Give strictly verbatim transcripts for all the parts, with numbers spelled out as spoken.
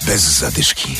Bez zadyszki.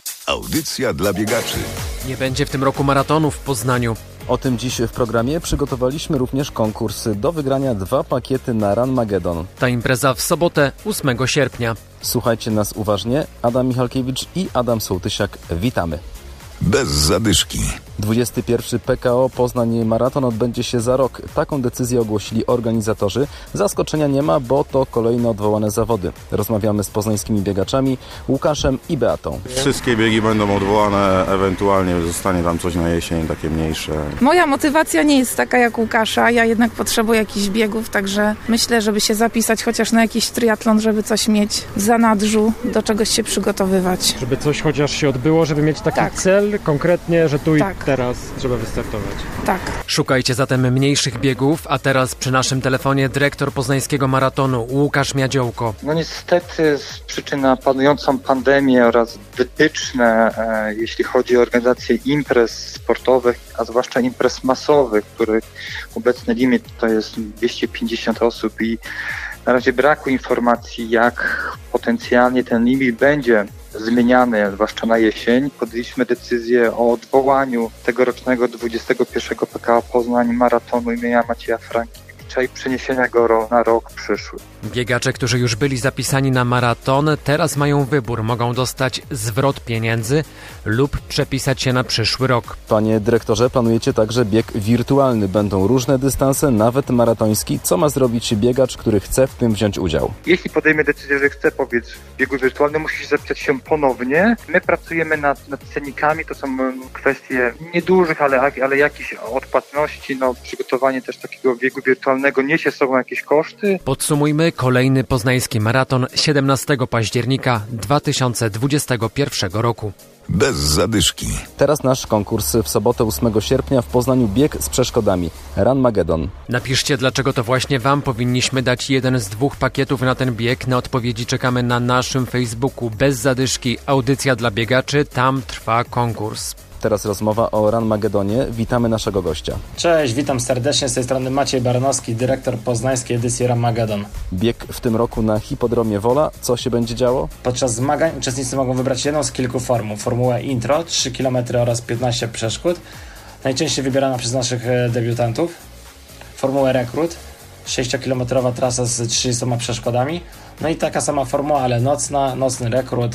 Audycja dla biegaczy. Nie będzie w tym roku maratonu w Poznaniu. O tym dziś w programie. Przygotowaliśmy również konkurs. Do wygrania dwa pakiety na Runmagedon. Ta impreza w sobotę, ósmego sierpnia. Słuchajcie nas uważnie. Adam Michalkiewicz i Adam Sołtysiak. Witamy. Bez zadyszki. dwudziesty pierwszy P K O Poznań Maraton odbędzie się za rok. Taką decyzję ogłosili organizatorzy. Zaskoczenia nie ma, bo to kolejne odwołane zawody. Rozmawiamy z poznańskimi biegaczami Łukaszem i Beatą. Wszystkie biegi będą odwołane, ewentualnie zostanie tam coś na jesień, takie mniejsze. Moja motywacja nie jest taka jak Łukasza. Ja jednak potrzebuję jakichś biegów, także myślę, żeby się zapisać chociaż na jakiś triatlon, żeby coś mieć w zanadrzu, do czegoś się przygotowywać. Żeby coś chociaż się odbyło, żeby mieć taki Tak. cel konkretnie, że tu Tak. i teraz trzeba wystartować. Tak. Szukajcie zatem mniejszych biegów, a teraz przy naszym telefonie dyrektor poznańskiego maratonu Łukasz Miadziołko. No niestety z przyczyn na panującą pandemię oraz wytyczne, e, jeśli chodzi o organizację imprez sportowych, a zwłaszcza imprez masowych, których obecny limit to jest dwieście pięćdziesiąt osób i na razie braku informacji, jak potencjalnie ten limit będzie zmieniany, zwłaszcza na jesień, podjęliśmy decyzję o odwołaniu tegorocznego dwudziestego pierwszego P K O Poznań maratonu imienia Macieja Frankiewicza i przeniesienia go ro- na rok przyszły. Biegacze, którzy już byli zapisani na maraton, teraz mają wybór. Mogą dostać zwrot pieniędzy lub przepisać się na przyszły rok. Panie dyrektorze, planujecie także bieg wirtualny. Będą różne dystanse, nawet maratoński. Co ma zrobić biegacz, który chce w tym wziąć udział? Jeśli podejmie decyzję, że chce pobiec w biegu wirtualnym, musi się zapisać się ponownie. My pracujemy nad, nad cennikami, to są kwestie niedużych, ale, ale jakichś odpłatności. No, przygotowanie też takiego biegu wirtualnego niesie z sobą jakieś koszty. Podsumujmy, kolejny poznański maraton siedemnastego października dwa tysiące dwudziestego pierwszego roku. Bez zadyszki. Teraz nasz konkurs. W sobotę ósmego sierpnia w Poznaniu bieg z przeszkodami. Runmagedon. Napiszcie, dlaczego to właśnie Wam powinniśmy dać jeden z dwóch pakietów na ten bieg. Na odpowiedzi czekamy na naszym Facebooku. Bez zadyszki, audycja dla biegaczy. Tam trwa konkurs. Teraz rozmowa o Runmagedonie. Witamy naszego gościa. Cześć, witam serdecznie, z tej strony Maciej Baranowski, dyrektor poznańskiej edycji Runmagedon. Bieg w tym roku na hipodromie Wola. Co się będzie działo? Podczas zmagań uczestnicy mogą wybrać jedną z kilku formuł. Formułę intro, trzy kilometry oraz piętnaście przeszkód, najczęściej wybierana przez naszych debiutantów. Formułę rekrut, sześciokilometrowa trasa z trzydziestoma przeszkodami. No i taka sama formuła, ale nocna, nocny rekrut,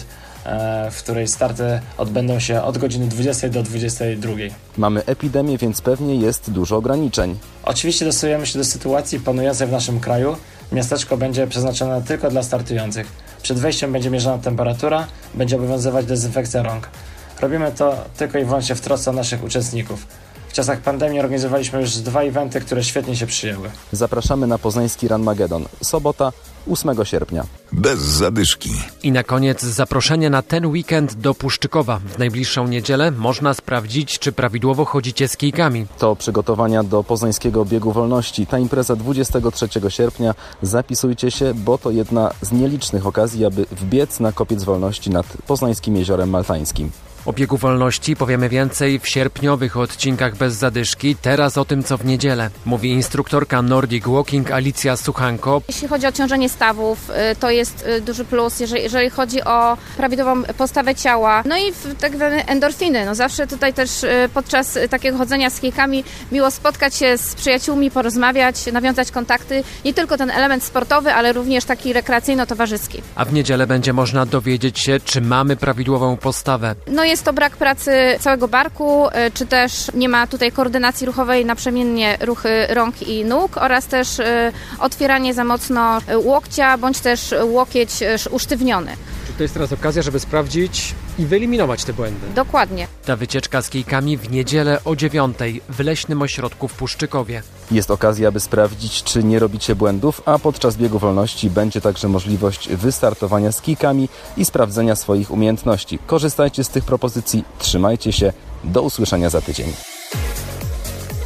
w której starty odbędą się od godziny dwudziestej do dwudziestej drugiej. Mamy epidemię, więc pewnie jest dużo ograniczeń. Oczywiście dostosujemy się do sytuacji panującej w naszym kraju. Miasteczko będzie przeznaczone tylko dla startujących. Przed wejściem będzie mierzona temperatura, będzie obowiązywać dezynfekcja rąk. Robimy to tylko i wyłącznie w trosce o naszych uczestników. W czasach pandemii organizowaliśmy już dwa eventy, które świetnie się przyjęły. Zapraszamy na poznański Runmagedon. Sobota, ósmego sierpnia. Bez zadyszki. I na koniec zaproszenie na ten weekend do Puszczykowa. W najbliższą niedzielę można sprawdzić, czy prawidłowo chodzicie z kijkami. To przygotowania do poznańskiego biegu wolności. Ta impreza dwudziestego trzeciego sierpnia. Zapisujcie się, bo to jedna z nielicznych okazji, aby wbiec na kopiec wolności nad Poznańskim Jeziorem Maltańskim. O biegu wolności powiemy więcej w sierpniowych odcinkach Bez zadyszki. Teraz o tym, co w niedzielę. Mówi instruktorka Nordic Walking Alicja Suchanko. Jeśli chodzi o ciążenie stawów, to jest duży plus, jeżeli, jeżeli chodzi o prawidłową postawę ciała. No i tak zwane endorfiny. No zawsze tutaj też podczas takiego chodzenia z kijkami miło spotkać się z przyjaciółmi, porozmawiać, nawiązać kontakty. Nie tylko ten element sportowy, ale również taki rekreacyjno-towarzyski. A w niedzielę będzie można dowiedzieć się, czy mamy prawidłową postawę. No jest to brak pracy całego barku, czy też nie ma tutaj koordynacji ruchowej, naprzemiennie ruchy rąk i nóg oraz też otwieranie za mocno łokcia, bądź też łokieć usztywniony. To jest teraz okazja, żeby sprawdzić i wyeliminować te błędy. Dokładnie. Ta wycieczka z kijkami w niedzielę o dziewiątej w Leśnym Ośrodku w Puszczykowie. Jest okazja, aby sprawdzić, czy nie robicie błędów, a podczas biegu wolności będzie także możliwość wystartowania z kijkami i sprawdzenia swoich umiejętności. Korzystajcie z tych propozycji, trzymajcie się, do usłyszenia za tydzień.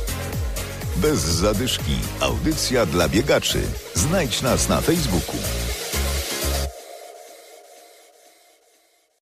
Bez zadyszki. Audycja dla biegaczy. Znajdź nas na Facebooku.